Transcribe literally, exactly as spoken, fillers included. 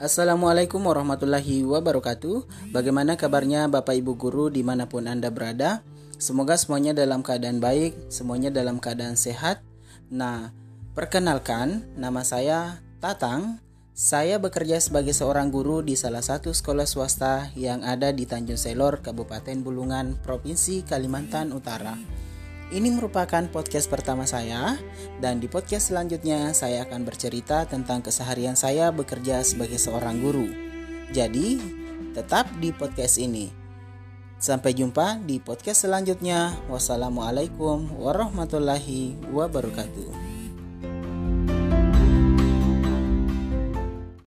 Assalamualaikum warahmatullahi wabarakatuh. Bagaimana kabarnya Bapak Ibu Guru dimanapun Anda berada? Semoga semuanya dalam keadaan baik, semuanya dalam keadaan sehat. Nah, perkenalkan, nama saya Tatang. Saya bekerja sebagai seorang guru di salah satu sekolah swasta yang ada di Tanjung Selor, Kabupaten Bulungan, Provinsi Kalimantan Utara. Ini merupakan podcast pertama saya, dan di podcast selanjutnya saya akan bercerita tentang keseharian saya bekerja sebagai seorang guru. Jadi, tetap di podcast ini. Sampai jumpa di podcast selanjutnya. Wassalamualaikum warahmatullahi wabarakatuh.